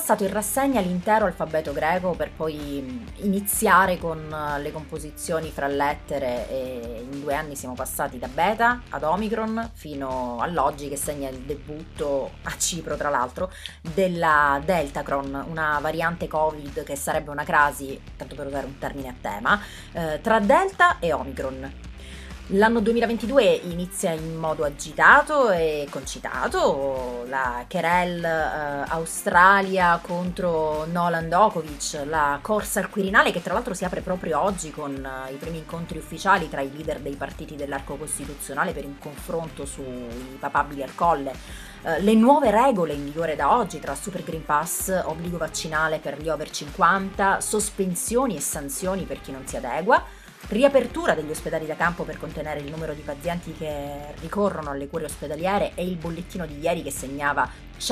passato in rassegna l'intero alfabeto greco per poi iniziare con le composizioni fra lettere, e in 2 anni siamo passati da beta ad Omicron fino all'oggi, che segna il debutto a Cipro tra l'altro della Deltacron, una variante Covid che sarebbe una crasi, tanto per usare un termine a tema, tra Delta e Omicron. L'anno 2022 inizia in modo agitato e concitato, la querelle Australia contro Nolan Djokovic, la corsa al Quirinale che tra l'altro si apre proprio oggi con i primi incontri ufficiali tra i leader dei partiti dell'arco costituzionale per un confronto sui papabili al Colle, le nuove regole in vigore da oggi tra Super Green Pass, obbligo vaccinale per gli over 50, sospensioni e sanzioni per chi non si adegua, riapertura degli ospedali da campo per contenere il numero di pazienti che ricorrono alle cure ospedaliere e il bollettino di ieri che segnava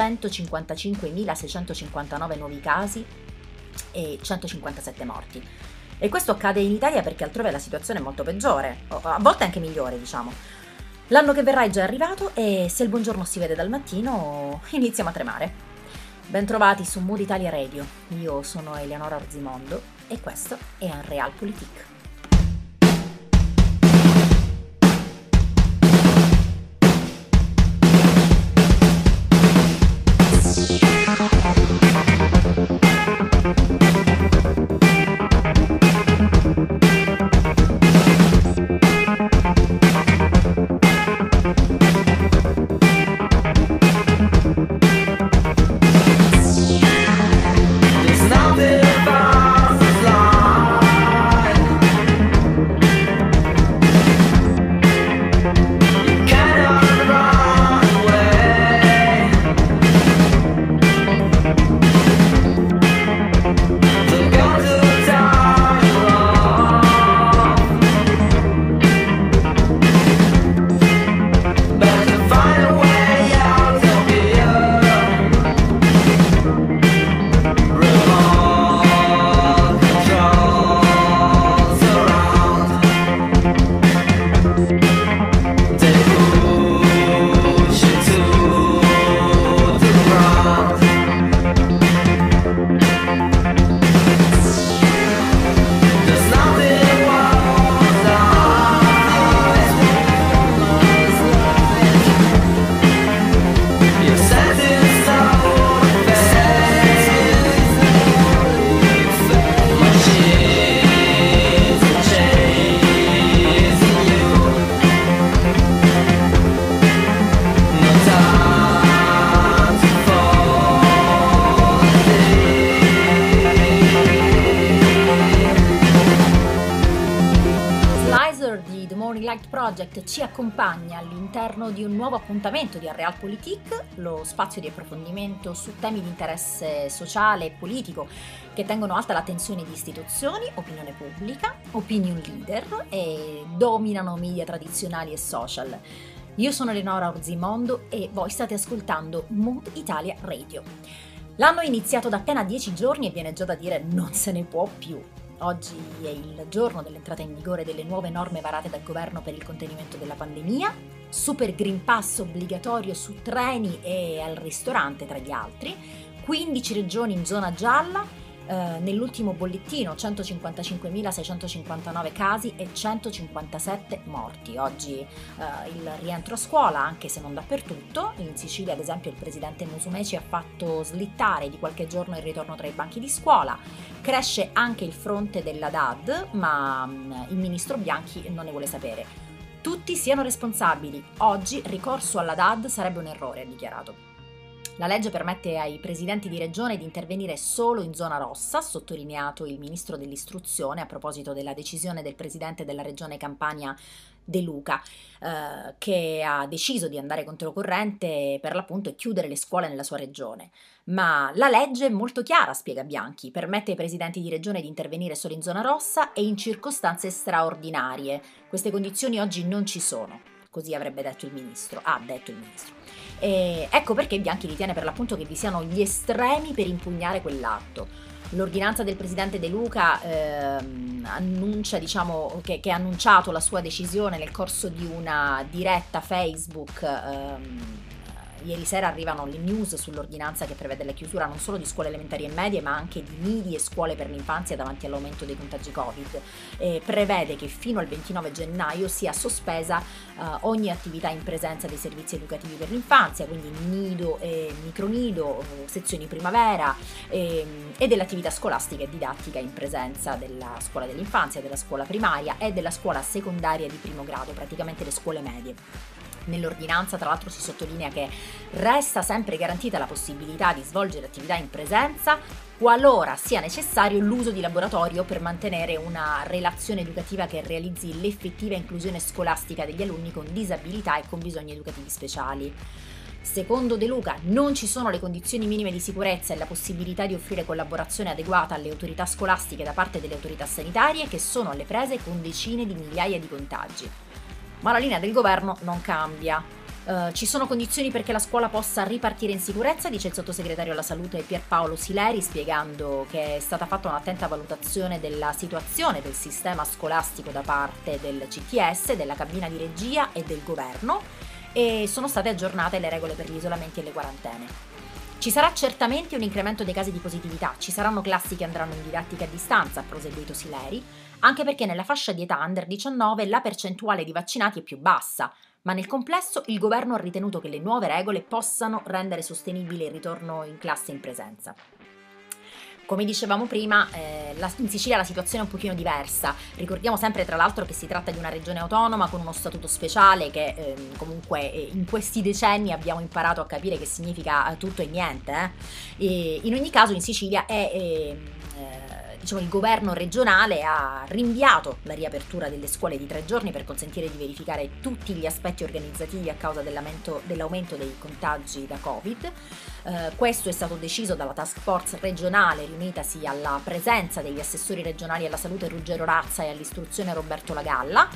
155.659 nuovi casi e 157 morti. E questo accade in Italia perché altrove la situazione è molto peggiore, a volte anche migliore, diciamo. L'anno che verrà è già arrivato e se il buongiorno si vede dal mattino iniziamo a tremare. Bentrovati su Mood Italia Radio, io sono Eleonora Orzimondo e questo è Unrealpolitik. Ci accompagna all'interno di un nuovo appuntamento di Unrealpolitik, lo spazio di approfondimento su temi di interesse sociale e politico che tengono alta l'attenzione di istituzioni, opinione pubblica, opinion leader e dominano media tradizionali e social. Io sono Eleonora Orzimondo e voi state ascoltando Mood Italia Radio. L'anno è iniziato da appena 10 giorni e viene già da dire non se ne può più. Oggi è il giorno dell'entrata in vigore delle nuove norme varate dal governo per il contenimento della pandemia, Super Green Pass obbligatorio su treni e al ristorante tra gli altri, 15 regioni in zona gialla, nell'ultimo bollettino 155.659 casi e 157 morti. Oggi il rientro a scuola, anche se non dappertutto. In Sicilia, ad esempio, il presidente Musumeci ha fatto slittare di qualche giorno il ritorno tra i banchi di scuola. Cresce anche il fronte della DAD, ma il ministro Bianchi non ne vuole sapere. Tutti siano responsabili. Oggi ricorso alla DAD sarebbe un errore, ha dichiarato. La legge permette ai presidenti di regione di intervenire solo in zona rossa, ha sottolineato il ministro dell'istruzione a proposito della decisione del presidente della regione Campania De Luca, che ha deciso di andare controcorrente per l'appunto e chiudere le scuole nella sua regione. Ma la legge è molto chiara, spiega Bianchi, permette ai presidenti di regione di intervenire solo in zona rossa e in circostanze straordinarie. Queste condizioni oggi non ci sono, così avrebbe detto il ministro, ha detto il ministro. E ecco perché Bianchi ritiene per l'appunto che vi siano gli estremi per impugnare quell'atto. L'ordinanza del presidente De Luca annuncia, diciamo, che ha annunciato la sua decisione nel corso di una diretta Facebook ieri sera arrivano le news sull'ordinanza che prevede la chiusura non solo di scuole elementari e medie, ma anche di nidi e scuole per l'infanzia davanti all'aumento dei contagi Covid. Prevede che fino al 29 gennaio sia sospesa ogni attività in presenza dei servizi educativi per l'infanzia, quindi nido e micronido, sezioni primavera e dell'attività scolastica e didattica in presenza della scuola dell'infanzia, della scuola primaria e della scuola secondaria di primo grado, praticamente le scuole medie. Nell'ordinanza, tra l'altro, si sottolinea che resta sempre garantita la possibilità di svolgere attività in presenza qualora sia necessario l'uso di laboratorio per mantenere una relazione educativa che realizzi l'effettiva inclusione scolastica degli alunni con disabilità e con bisogni educativi speciali. Secondo De Luca non ci sono le condizioni minime di sicurezza e la possibilità di offrire collaborazione adeguata alle autorità scolastiche da parte delle autorità sanitarie, che sono alle prese con decine di migliaia di contagi. Ma la linea del governo non cambia. Ci sono condizioni perché la scuola possa ripartire in sicurezza, dice il sottosegretario alla salute Pierpaolo Sileri, spiegando che è stata fatta un'attenta valutazione della situazione del sistema scolastico da parte del CTS, della cabina di regia e del governo, e sono state aggiornate le regole per gli isolamenti e le quarantene. Ci sarà certamente un incremento dei casi di positività, ci saranno classi che andranno in didattica a distanza, ha proseguito Sileri, anche perché nella fascia di età under 19 la percentuale di vaccinati è più bassa, ma nel complesso il governo ha ritenuto che le nuove regole possano rendere sostenibile il ritorno in classe in presenza. Come dicevamo prima, in Sicilia la situazione è un pochino diversa. Ricordiamo sempre, tra l'altro, che si tratta di una regione autonoma con uno statuto speciale che comunque in questi decenni abbiamo imparato a capire che significa tutto e niente. E in ogni caso in Sicilia il governo regionale ha rinviato la riapertura delle scuole di 3 giorni per consentire di verificare tutti gli aspetti organizzativi a causa dell'aumento dei contagi da Covid. Questo è stato deciso dalla task force regionale riunitasi alla presenza degli assessori regionali alla salute Ruggero Razza e all'istruzione Roberto Lagalla,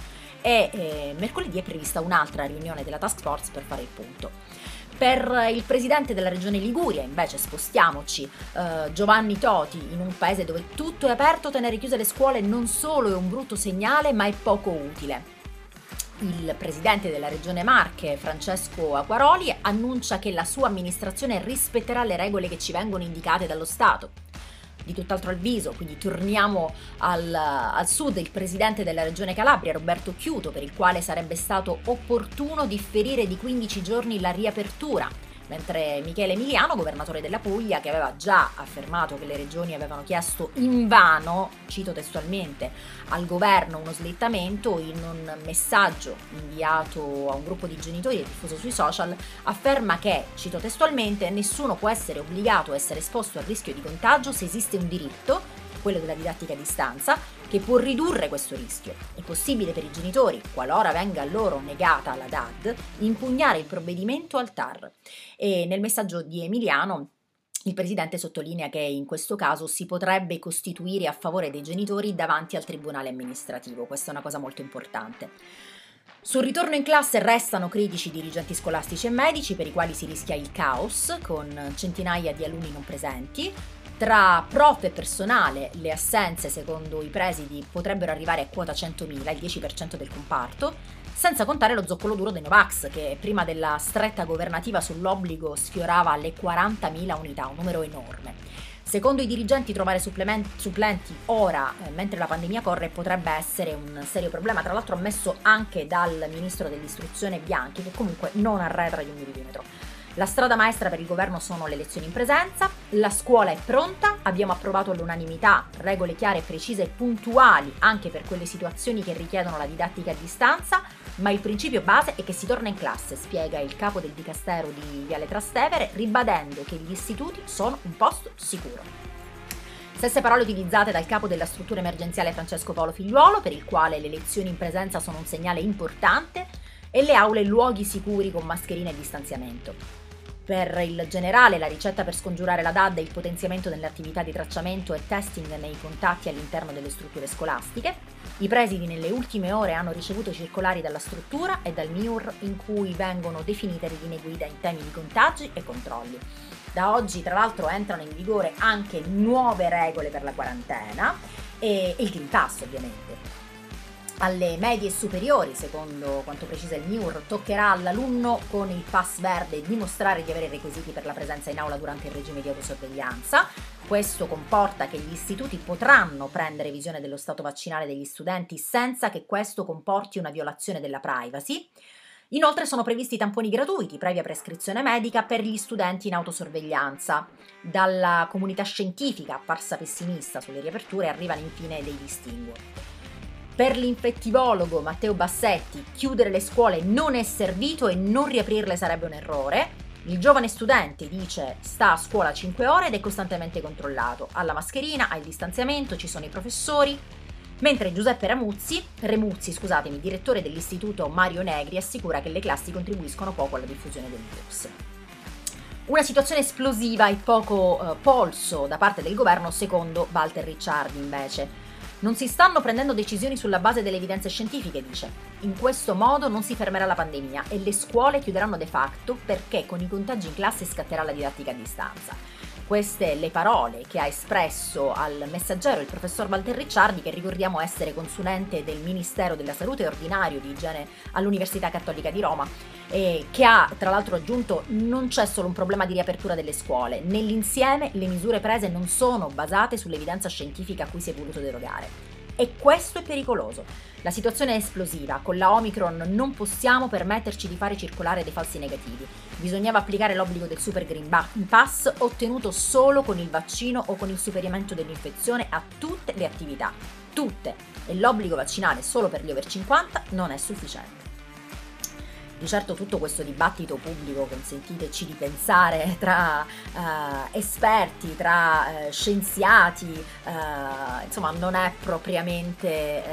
e mercoledì è prevista un'altra riunione della task force per fare il punto. Per il presidente della regione Liguria, invece, spostiamoci, Giovanni Toti, in un paese dove tutto è aperto, tenere chiuse le scuole non solo è un brutto segnale, ma è poco utile. Il presidente della regione Marche, Francesco Acquaroli, annuncia che la sua amministrazione rispetterà le regole che ci vengono indicate dallo Stato. Di tutt'altro avviso, quindi torniamo al sud, il presidente della regione Calabria, Roberto Chiuto, per il quale sarebbe stato opportuno differire di 15 giorni la riapertura, mentre Michele Emiliano, governatore della Puglia, che aveva già affermato che le regioni avevano chiesto invano, cito testualmente, al governo uno slittamento, in un messaggio inviato a un gruppo di genitori e diffuso sui social, afferma che, cito testualmente, nessuno può essere obbligato a essere esposto al rischio di contagio se esiste un diritto, quello della didattica a distanza, che può ridurre questo rischio. È possibile per i genitori, qualora venga loro negata la DAD, impugnare il provvedimento al TAR. E nel messaggio di Emiliano il presidente sottolinea che in questo caso si potrebbe costituire a favore dei genitori davanti al tribunale amministrativo. Questa è una cosa molto importante. Sul ritorno in classe restano critici i dirigenti scolastici e medici, per i quali si rischia il caos, con centinaia di alunni non presenti. Tra prof e personale le assenze, secondo i presidi, potrebbero arrivare a quota 100.000, il 10% del comparto, senza contare lo zoccolo duro dei Novax, che prima della stretta governativa sull'obbligo sfiorava le 40.000 unità, un numero enorme. Secondo i dirigenti trovare supplenti ora, mentre la pandemia corre, potrebbe essere un serio problema, tra l'altro ammesso anche dal ministro dell'istruzione Bianchi, che comunque non arretra di un millimetro. La strada maestra per il governo sono le lezioni in presenza, la scuola è pronta, abbiamo approvato all'unanimità regole chiare, precise e puntuali anche per quelle situazioni che richiedono la didattica a distanza, ma il principio base è che si torna in classe, spiega il capo del Dicastero di Viale Trastevere, ribadendo che gli istituti sono un posto sicuro. Stesse parole utilizzate dal capo della struttura emergenziale Francesco Paolo Figliuolo, per il quale le lezioni in presenza sono un segnale importante e le aule luoghi sicuri con mascherine e distanziamento. Per il generale, la ricetta per scongiurare la DAD è il potenziamento delle attività di tracciamento e testing nei contatti all'interno delle strutture scolastiche. I presidi nelle ultime ore hanno ricevuto circolari dalla struttura e dal MIUR in cui vengono definite le linee guida in temi di contagi e controlli. Da oggi, tra l'altro, entrano in vigore anche nuove regole per la quarantena e il Green Pass, ovviamente. Alle medie e superiori, secondo quanto precisa il MIUR, toccherà all'alunno con il pass verde dimostrare di avere i requisiti per la presenza in aula durante il regime di autosorveglianza. Questo comporta che gli istituti potranno prendere visione dello stato vaccinale degli studenti senza che questo comporti una violazione della privacy. Inoltre sono previsti tamponi gratuiti, previa prescrizione medica, per gli studenti in autosorveglianza. Dalla comunità scientifica, apparsa pessimista sulle riaperture, arrivano infine dei distinguo. Per l'infettivologo Matteo Bassetti, chiudere le scuole non è servito e non riaprirle sarebbe un errore. Il giovane studente dice sta a scuola 5 ore ed è costantemente controllato. Ha la mascherina, ha il distanziamento, ci sono i professori. Mentre Giuseppe Remuzzi, direttore dell'istituto Mario Negri, assicura che le classi contribuiscono poco alla diffusione del virus. Una situazione esplosiva e poco polso da parte del governo, secondo Walter Ricciardi, invece. Non si stanno prendendo decisioni sulla base delle evidenze scientifiche, dice. In questo modo non si fermerà la pandemia e le scuole chiuderanno de facto perché con i contagi in classe scatterà la didattica a distanza. Queste le parole che ha espresso al Messaggero il professor Walter Ricciardi, che ricordiamo essere consulente del Ministero della Salute e ordinario di igiene all'Università Cattolica di Roma, e che ha tra l'altro aggiunto: non c'è solo un problema di riapertura delle scuole, nell'insieme le misure prese non sono basate sull'evidenza scientifica a cui si è voluto derogare. E questo è pericoloso. La situazione è esplosiva, con la Omicron non possiamo permetterci di fare circolare dei falsi negativi. Bisognava applicare l'obbligo del Super Green Pass ottenuto solo con il vaccino o con il superamento dell'infezione a tutte le attività. Tutte. E l'obbligo vaccinale solo per gli over 50 non è sufficiente. Di certo tutto questo dibattito pubblico, consentiteci di pensare, tra esperti, tra scienziati, insomma non è propriamente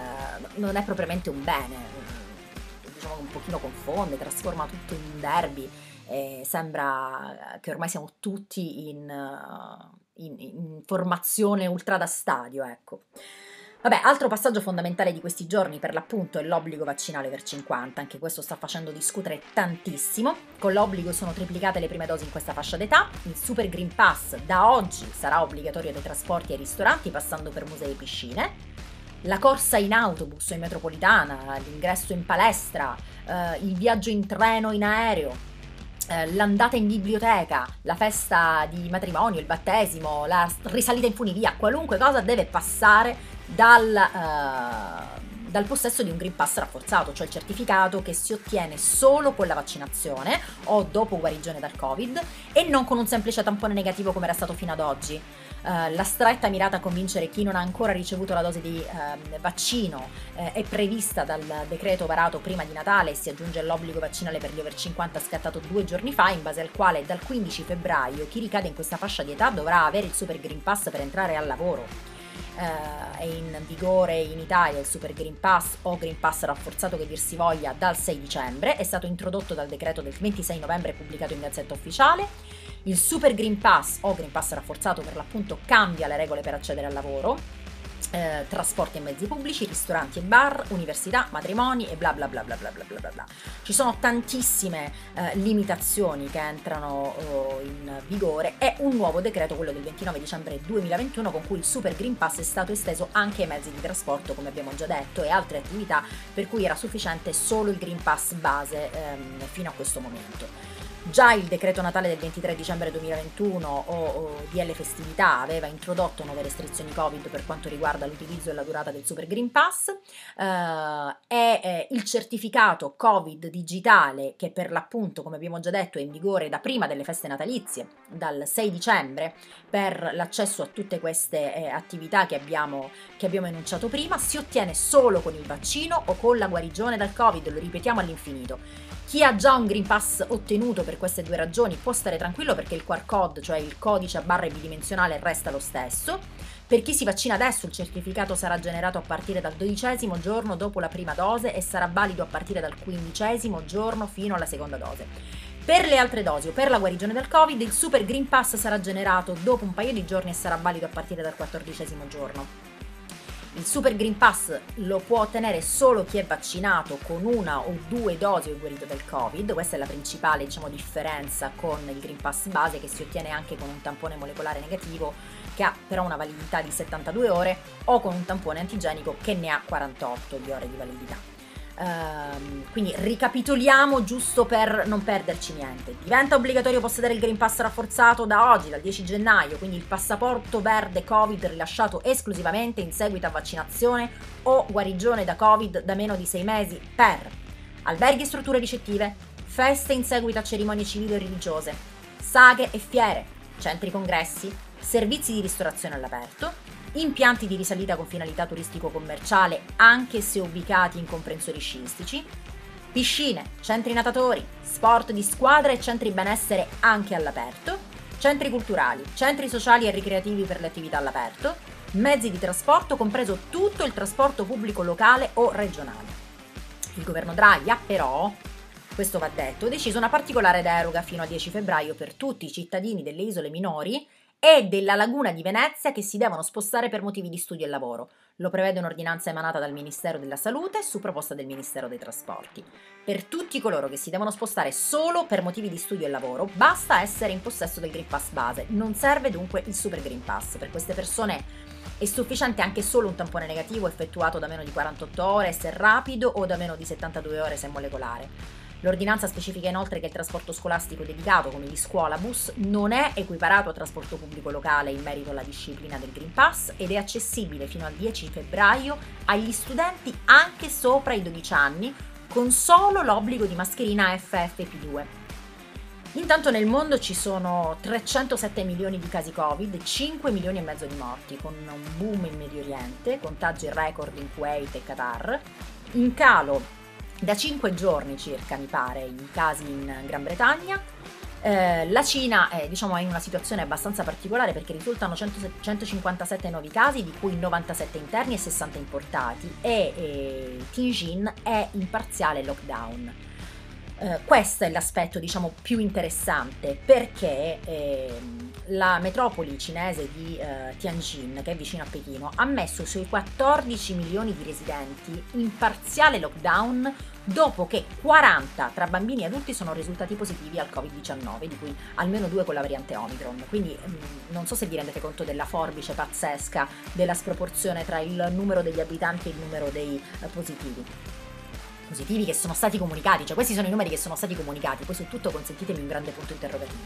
un bene. Diciamo che un pochino confonde, trasforma tutto in un derby, sembra che ormai siamo tutti in formazione ultra da stadio, ecco. Vabbè, altro passaggio fondamentale di questi giorni per l'appunto è l'obbligo vaccinale per 50, anche questo sta facendo discutere tantissimo. Con l'obbligo sono triplicate le prime dosi in questa fascia d'età, il Super Green Pass da oggi sarà obbligatorio dai trasporti e ai ristoranti, passando per musei e piscine. La corsa in autobus o in metropolitana, l'ingresso in palestra, il viaggio in treno o in aereo, l'andata in biblioteca, la festa di matrimonio, il battesimo, la risalita in funivia, qualunque cosa deve passare dal possesso di un Green Pass rafforzato, cioè il certificato che si ottiene solo con la vaccinazione o dopo guarigione dal Covid e non con un semplice tampone negativo come era stato fino ad oggi. La stretta mirata a convincere chi non ha ancora ricevuto la dose di vaccino è prevista dal decreto varato prima di Natale e si aggiunge l'obbligo vaccinale per gli over 50 scattato 2 giorni fa, in base al quale dal 15 febbraio chi ricade in questa fascia di età dovrà avere il Super Green Pass per entrare al lavoro. È in vigore in Italia il Super Green Pass o Green Pass rafforzato che dir si voglia dal 6 dicembre, è stato introdotto dal decreto del 26 novembre pubblicato in Gazzetta Ufficiale. Il Super Green Pass o Green Pass rafforzato per l'appunto cambia le regole per accedere al lavoro, trasporti e mezzi pubblici, ristoranti e bar, università, matrimoni e bla bla bla bla bla bla bla bla. Ci sono tantissime limitazioni che entrano in vigore e un nuovo decreto, quello del 29 dicembre 2021, con cui il Super Green Pass è stato esteso anche ai mezzi di trasporto, come abbiamo già detto, e altre attività per cui era sufficiente solo il Green Pass base fino a questo momento. Già il decreto Natale del 23 dicembre 2021 o DL Festività aveva introdotto nuove restrizioni Covid per quanto riguarda l'utilizzo e la durata del Super Green Pass e il certificato Covid digitale, che per l'appunto, come abbiamo già detto, è in vigore da prima delle feste natalizie, dal 6 dicembre, per l'accesso a tutte queste attività che abbiamo enunciato prima, si ottiene solo con il vaccino o con la guarigione dal Covid, lo ripetiamo all'infinito. Chi ha già un Green Pass ottenuto per queste due ragioni può stare tranquillo perché il QR code, cioè il codice a barre bidimensionale, resta lo stesso. Per chi si vaccina adesso il certificato sarà generato a partire dal 12° giorno dopo la prima dose e sarà valido a partire dal 15° giorno fino alla seconda dose. Per le altre dosi o per la guarigione dal Covid il Super Green Pass sarà generato dopo un paio di giorni e sarà valido a partire dal 14° giorno. Il Super Green Pass lo può ottenere solo chi è vaccinato con 1 o 2 dosi o è guarito del Covid. Questa è la principale, differenza con il Green Pass base, che si ottiene anche con un tampone molecolare negativo che ha però una validità di 72 ore o con un tampone antigenico che ne ha 48 di ore di validità. Quindi ricapitoliamo giusto per non perderci niente. Diventa obbligatorio possedere il Green Pass rafforzato da oggi, dal 10 gennaio, quindi il passaporto verde Covid rilasciato esclusivamente in seguito a vaccinazione o guarigione da Covid da meno di 6 mesi per alberghi e strutture ricettive, feste in seguito a cerimonie civili o religiose, sagre e fiere, centri congressi, servizi di ristorazione all'aperto, impianti di risalita con finalità turistico-commerciale anche se ubicati in comprensori sciistici, piscine, centri natatori, sport di squadra e centri benessere anche all'aperto, centri culturali, centri sociali e ricreativi per le attività all'aperto, mezzi di trasporto compreso tutto il trasporto pubblico locale o regionale. Il governo Draghi ha però, questo va detto, deciso una particolare deroga fino al 10 febbraio per tutti i cittadini delle isole minori e della Laguna di Venezia che si devono spostare per motivi di studio e lavoro. Lo prevede un'ordinanza emanata dal Ministero della Salute su proposta del Ministero dei Trasporti. Per tutti coloro che si devono spostare solo per motivi di studio e lavoro, basta essere in possesso del Green Pass base. Non serve dunque il Super Green Pass. Per queste persone è sufficiente anche solo un tampone negativo effettuato da meno di 48 ore se rapido o da meno di 72 ore se molecolare. L'ordinanza specifica inoltre che il trasporto scolastico dedicato, come di scuola bus, non è equiparato a trasporto pubblico locale in merito alla disciplina del Green Pass ed è accessibile fino al 10 febbraio agli studenti anche sopra i 12 anni, con solo l'obbligo di mascherina FFP2. Intanto nel mondo ci sono 307 milioni di casi Covid, 5 milioni e mezzo di morti, con un boom in Medio Oriente, contagi record in Kuwait e Qatar, in calo da 5 giorni circa, mi pare, i casi in Gran Bretagna. La Cina è in una situazione abbastanza particolare perché risultano 157 nuovi casi, di cui 97 interni e 60 importati, e Tianjin è in parziale lockdown. Questo è l'aspetto più interessante, perché la metropoli cinese di Tianjin, che è vicino a Pechino, ha messo i suoi 14 milioni di residenti in parziale lockdown dopo che 40 tra bambini e adulti sono risultati positivi al Covid-19, di cui almeno 2 con la variante Omicron. Quindi non so se vi rendete conto della forbice pazzesca, della sproporzione tra il numero degli abitanti e il numero dei positivi che sono stati comunicati. Questi sono i numeri che sono stati comunicati, poi su tutto consentitemi un grande punto interrogativo.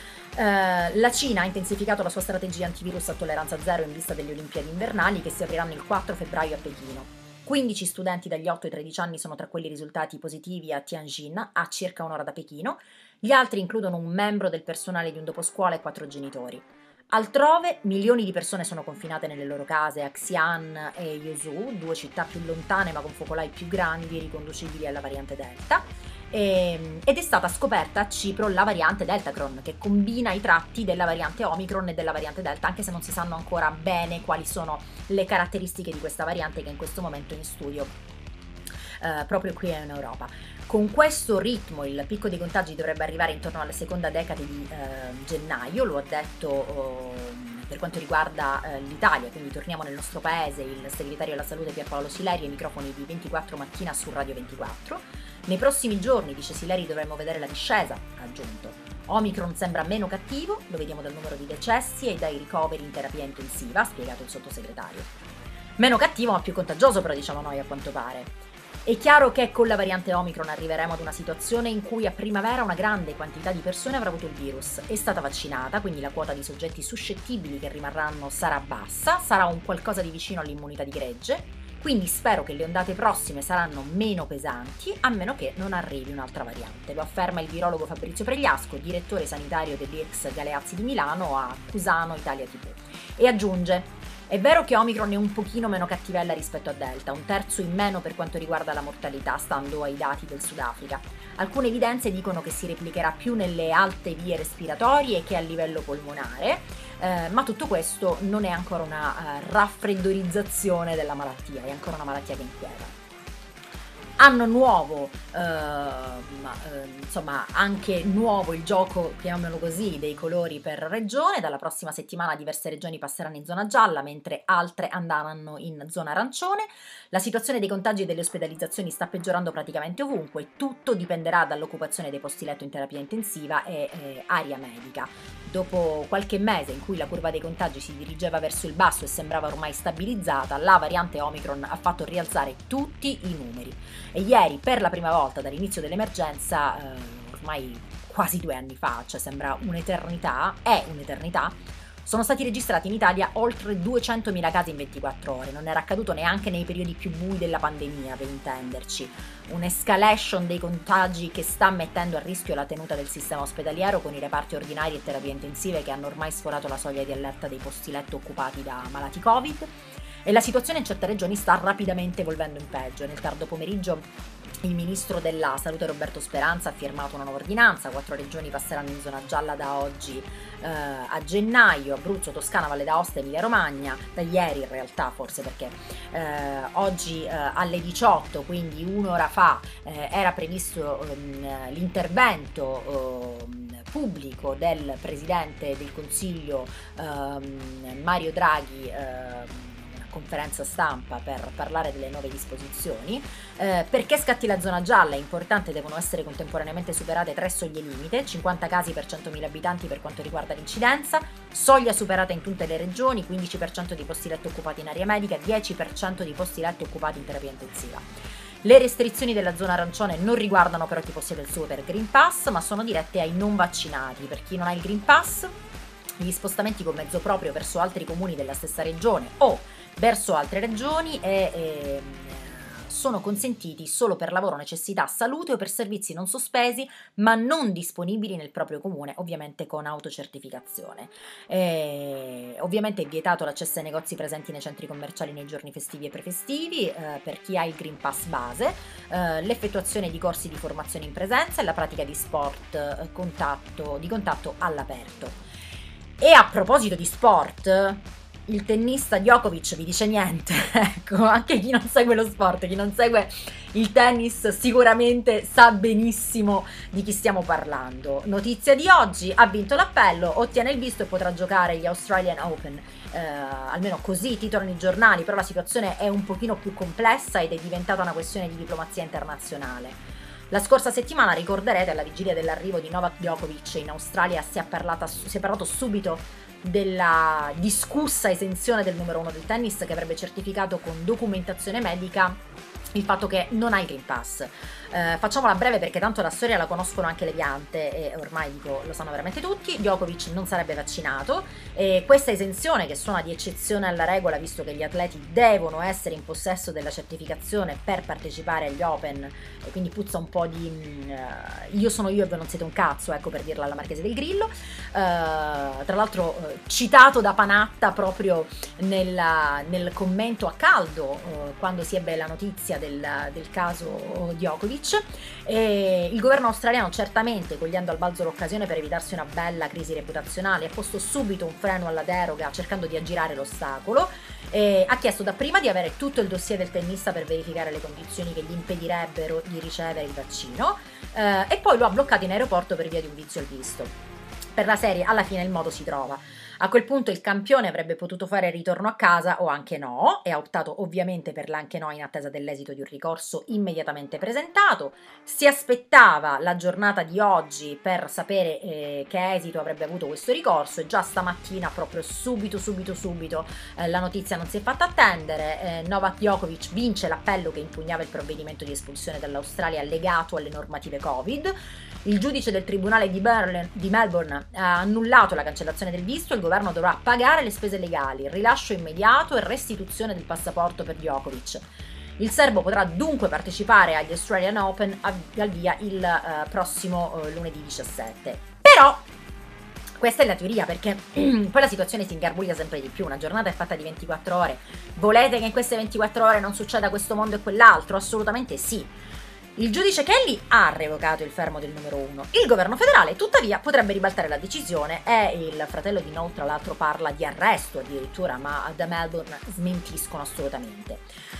La Cina ha intensificato la sua strategia antivirus a tolleranza zero in vista delle Olimpiadi invernali che si apriranno il 4 febbraio a Pechino. 15 studenti dagli 8 ai 13 anni sono tra quelli risultati positivi a Tianjin, a circa un'ora da Pechino. Gli altri includono un membro del personale di un doposcuola e 4 genitori. Altrove, milioni di persone sono confinate nelle loro case a Xi'an e Yuzhou, 2 città più lontane ma con focolai più grandi riconducibili alla variante Delta, ed è stata scoperta a Cipro la variante Deltacron, che combina i tratti della variante Omicron e della variante Delta, anche se non si sanno ancora bene quali sono le caratteristiche di questa variante che in questo momento è in studio proprio qui in Europa. Con questo ritmo il picco dei contagi dovrebbe arrivare intorno alla seconda decade di gennaio, lo ha detto per quanto riguarda l'Italia, quindi torniamo nel nostro paese il segretario alla salute Pierpaolo Sileri ai microfoni di 24 mattina su Radio 24. Nei prossimi giorni, dice Sileri, dovremmo vedere la discesa, ha aggiunto. Omicron sembra meno cattivo, lo vediamo dal numero di decessi e dai ricoveri in terapia intensiva, ha spiegato il sottosegretario. Meno cattivo ma più contagioso però, diciamo noi, a quanto pare. È chiaro che con la variante Omicron arriveremo ad una situazione in cui a primavera una grande quantità di persone avrà avuto il virus, è stata vaccinata, quindi la quota di soggetti suscettibili che rimarranno sarà bassa, sarà un qualcosa di vicino all'immunità di gregge, quindi spero che le ondate prossime saranno meno pesanti, a meno che non arrivi un'altra variante. Lo afferma il virologo Fabrizio Pregliasco, direttore sanitario dell'IRCS Galeazzi di Milano a Cusano Italia TV. E aggiunge: è vero che Omicron è un pochino meno cattivella rispetto a Delta, 1/3 in meno per quanto riguarda la mortalità, stando ai dati del Sudafrica. Alcune evidenze dicono che si replicherà più nelle alte vie respiratorie che a livello polmonare, ma tutto questo non è ancora una raffreddorizzazione della malattia, è ancora una malattia che inquieta. Anno nuovo, insomma anche nuovo il gioco, chiamiamolo così, dei colori per regione. Dalla prossima settimana diverse regioni passeranno in zona gialla, mentre altre andranno in zona arancione. La situazione dei contagi e delle ospedalizzazioni sta peggiorando praticamente ovunque, tutto dipenderà dall'occupazione dei posti letto in terapia intensiva e aria medica. Dopo qualche mese in cui la curva dei contagi si dirigeva verso il basso e sembrava ormai stabilizzata, la variante Omicron ha fatto rialzare tutti i numeri. E ieri, per la prima volta dall'inizio dell'emergenza, ormai quasi 2 anni fa, cioè sembra un'eternità, è un'eternità, sono stati registrati in Italia oltre 200.000 casi in 24 ore. Non era accaduto neanche nei periodi più bui della pandemia, per intenderci. Un'escalation dei contagi che sta mettendo a rischio la tenuta del sistema ospedaliero, con i reparti ordinari e terapie intensive che hanno ormai sforato la soglia di allerta dei posti letto occupati da malati Covid. E la situazione in certe regioni sta rapidamente evolvendo in peggio. Nel tardo pomeriggio il ministro della Salute Roberto Speranza ha firmato una nuova ordinanza, 4 regioni passeranno in zona gialla da oggi a gennaio: Abruzzo, Toscana, Valle d'Aosta, Emilia Romagna, da ieri in realtà, forse perché oggi alle 18, quindi un'ora fa, era previsto l'intervento pubblico del Presidente del Consiglio Mario Draghi, conferenza stampa per parlare delle nuove disposizioni. Perché scatti la zona gialla è importante, devono essere contemporaneamente superate 3 soglie limite: 50 casi per 100.000 abitanti per quanto riguarda l'incidenza, soglia superata in tutte le regioni, 15% di posti letto occupati in area medica, 10% di posti letto occupati in terapia intensiva. Le restrizioni della zona arancione non riguardano però chi possiede il Super Green Pass, ma sono dirette ai non vaccinati. Per chi non ha il Green Pass, gli spostamenti con mezzo proprio verso altri comuni della stessa regione o verso altre regioni sono consentiti solo per lavoro, necessità, salute o per servizi non sospesi ma non disponibili nel proprio comune, ovviamente con autocertificazione. Ovviamente è vietato l'accesso ai negozi presenti nei centri commerciali nei giorni festivi e prefestivi per chi ha il Green Pass base, l'effettuazione di corsi di formazione in presenza e la pratica di sport di contatto all'aperto. E a proposito di sport, il tennista Djokovic vi dice niente? Ecco, anche chi non segue lo sport, chi non segue il tennis sicuramente sa benissimo di chi stiamo parlando. Notizia di oggi: ha vinto l'appello, ottiene il visto e potrà giocare gli Australian Open. Almeno così titolano i giornali, però la situazione è un pochino più complessa ed è diventata una questione di diplomazia internazionale. La scorsa settimana, ricorderete, alla vigilia dell'arrivo di Novak Djokovic in Australia si è parlato subito della discussa esenzione del numero 1 del tennis, che avrebbe certificato con documentazione medica il fatto che non ha il Green Pass. Facciamola breve perché tanto la storia la conoscono anche le piante e ormai lo sanno veramente tutti. Djokovic non sarebbe vaccinato e questa esenzione, che suona di eccezione alla regola visto che gli atleti devono essere in possesso della certificazione per partecipare agli Open, e quindi puzza un po' di io sono io e voi non siete un cazzo, ecco, per dirla alla Marchese del Grillo. Tra l'altro citato da Panatta proprio nel commento a caldo quando si ebbe la notizia del caso Djokovic. E il governo australiano, certamente cogliendo al balzo l'occasione per evitarsi una bella crisi reputazionale, ha posto subito un freno alla deroga cercando di aggirare l'ostacolo e ha chiesto dapprima di avere tutto il dossier del tennista per verificare le condizioni che gli impedirebbero di ricevere il vaccino e poi lo ha bloccato in aeroporto per via di un vizio al visto. Per la serie, alla fine il modo si trova. A quel punto il campione avrebbe potuto fare il ritorno a casa o anche no, e ha optato ovviamente per l'anche no in attesa dell'esito di un ricorso immediatamente presentato. Si aspettava la giornata di oggi per sapere che esito avrebbe avuto questo ricorso, e già stamattina, proprio subito, la notizia non si è fatta attendere. Novak Djokovic vince l'appello che impugnava il provvedimento di espulsione dall'Australia legato alle normative Covid. Il giudice del tribunale di Melbourne ha annullato la cancellazione del visto. Il governo dovrà pagare le spese legali, rilascio immediato e restituzione del passaporto per Djokovic. Il serbo potrà dunque partecipare agli Australian Open al via il prossimo lunedì 17. Però questa è la teoria, perché poi la situazione si ingarbuglia sempre di più. Una giornata è fatta di 24 ore. Volete che in queste 24 ore non succeda questo mondo e quell'altro? Assolutamente sì. Il giudice Kelly ha revocato il fermo del numero 1. Il governo federale, tuttavia, potrebbe ribaltare la decisione e il fratello di Noel, tra l'altro, parla di arresto addirittura, ma da Melbourne smentiscono assolutamente.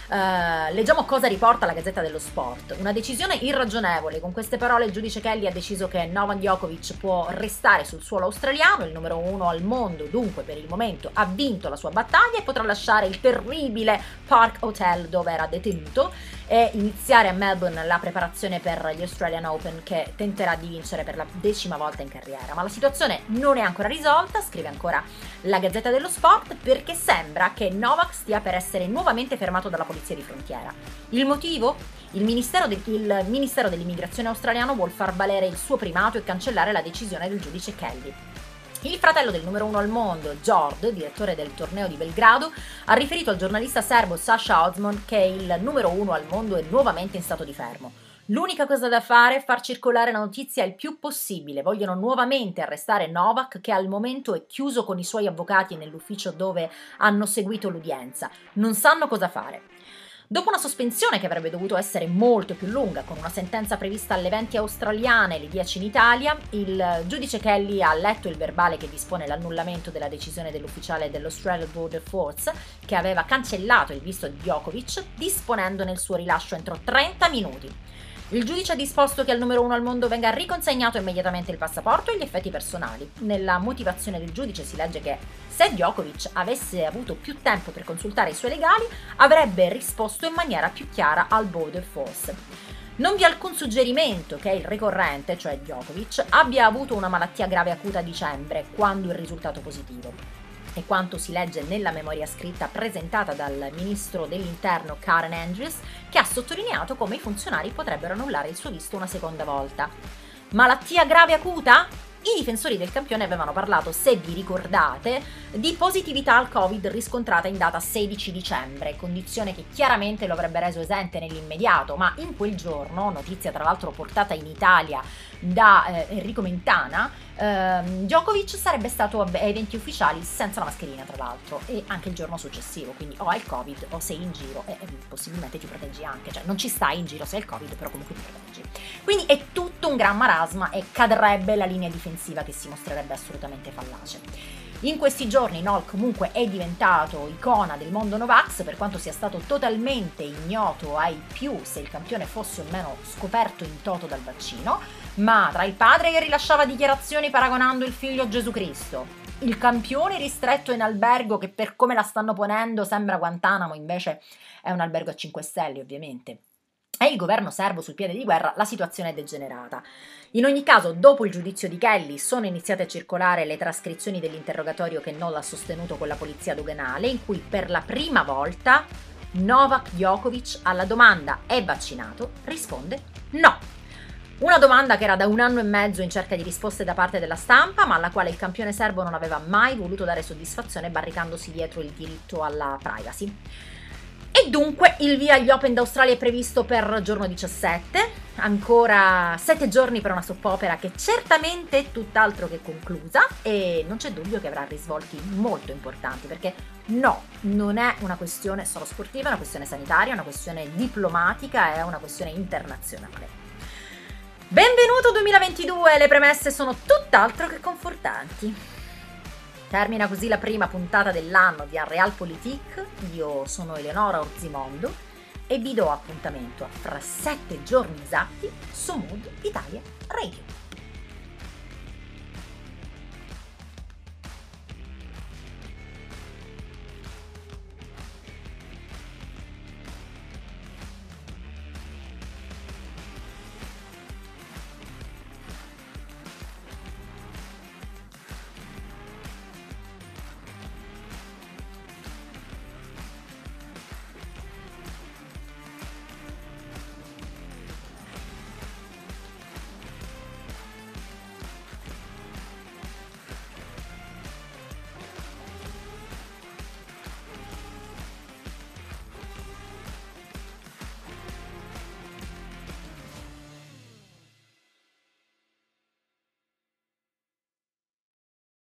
Leggiamo cosa riporta la Gazzetta dello Sport. Una decisione irragionevole. Con queste parole il giudice Kelly ha deciso che Novak Djokovic può restare sul suolo australiano, il numero 1 al mondo, dunque per il momento ha vinto la sua battaglia e potrà lasciare il terribile Park Hotel dove era detenuto e iniziare a Melbourne la preparazione per gli Australian Open, che tenterà di vincere per la 10ª volta in carriera. Ma la situazione non è ancora risolta, scrive ancora la Gazzetta dello Sport, perché sembra che Novak stia per essere nuovamente fermato dalla polizia di frontiera. Il motivo? Il Ministero dell'Immigrazione australiano vuol far valere il suo primato e cancellare la decisione del giudice Kelly. Il fratello del numero 1 al mondo, Gjord, direttore del torneo di Belgrado, ha riferito al giornalista serbo Sasha Osman che il numero 1 al mondo è nuovamente in stato di fermo. L'unica cosa da fare è far circolare la notizia il più possibile. Vogliono nuovamente arrestare Novak, che al momento è chiuso con i suoi avvocati nell'ufficio dove hanno seguito l'udienza. Non sanno cosa fare. Dopo una sospensione che avrebbe dovuto essere molto più lunga, con una sentenza prevista alle 20 australiane e alle 10 in Italia, il giudice Kelly ha letto il verbale che dispone l'annullamento della decisione dell'ufficiale dell'Australian Border Force, che aveva cancellato il visto di Djokovic, disponendone il suo rilascio entro 30 minuti. Il giudice ha disposto che al numero 1 al mondo venga riconsegnato immediatamente il passaporto e gli effetti personali. Nella motivazione del giudice si legge che se Djokovic avesse avuto più tempo per consultare i suoi legali, avrebbe risposto in maniera più chiara al Border Force. Non vi è alcun suggerimento che il ricorrente, cioè Djokovic, abbia avuto una malattia grave acuta a dicembre, quando il risultato positivo. E quanto si legge nella memoria scritta presentata dal ministro dell'interno Karen Andrews, che ha sottolineato come i funzionari potrebbero annullare il suo visto una seconda volta. Malattia grave acuta? I difensori del campione avevano parlato, se vi ricordate, di positività al Covid riscontrata in data 16 dicembre, condizione che chiaramente lo avrebbe reso esente nell'immediato, ma in quel giorno, notizia tra l'altro portata in Italia da Enrico Mentana, Djokovic sarebbe stato ai eventi ufficiali senza la mascherina tra l'altro, e anche il giorno successivo, quindi o hai il Covid o sei in giro e possibilmente ti proteggi anche, cioè non ci stai in giro se hai il Covid, però comunque ti proteggi. Quindi è tutto un gran marasma e cadrebbe la linea difensiva che si mostrerebbe assolutamente fallace. In questi giorni Noel comunque è diventato icona del mondo Novax, per quanto sia stato totalmente ignoto ai più se il campione fosse o meno scoperto in toto dal vaccino, ma tra il padre che rilasciava dichiarazioni paragonando il figlio a Gesù Cristo, il campione ristretto in albergo che per come la stanno ponendo sembra Guantanamo, invece è un albergo a 5 stelle ovviamente, e il governo serbo sul piede di guerra, la situazione è degenerata. In ogni caso, dopo il giudizio di Kelly, sono iniziate a circolare le trascrizioni dell'interrogatorio che Noel ha sostenuto con la polizia doganale, in cui per la prima volta Novak Djokovic alla domanda "è vaccinato?" risponde no. Una domanda che era da 1 anno e mezzo in cerca di risposte da parte della stampa, ma alla quale il campione serbo non aveva mai voluto dare soddisfazione, barricandosi dietro il diritto alla privacy. E dunque il via agli Open d'Australia è previsto per giorno 17, ancora 7 giorni per una soppopera che certamente è tutt'altro che conclusa, e non c'è dubbio che avrà risvolti molto importanti, perché no, non è una questione solo sportiva, è una questione sanitaria, è una questione diplomatica, è una questione internazionale. Benvenuto 2022, le premesse sono tutt'altro che confortanti. Termina così la prima puntata dell'anno di Realpolitik. Io sono Eleonora Orzimondo e vi do appuntamento fra 7 giorni esatti su Mood Italia Radio.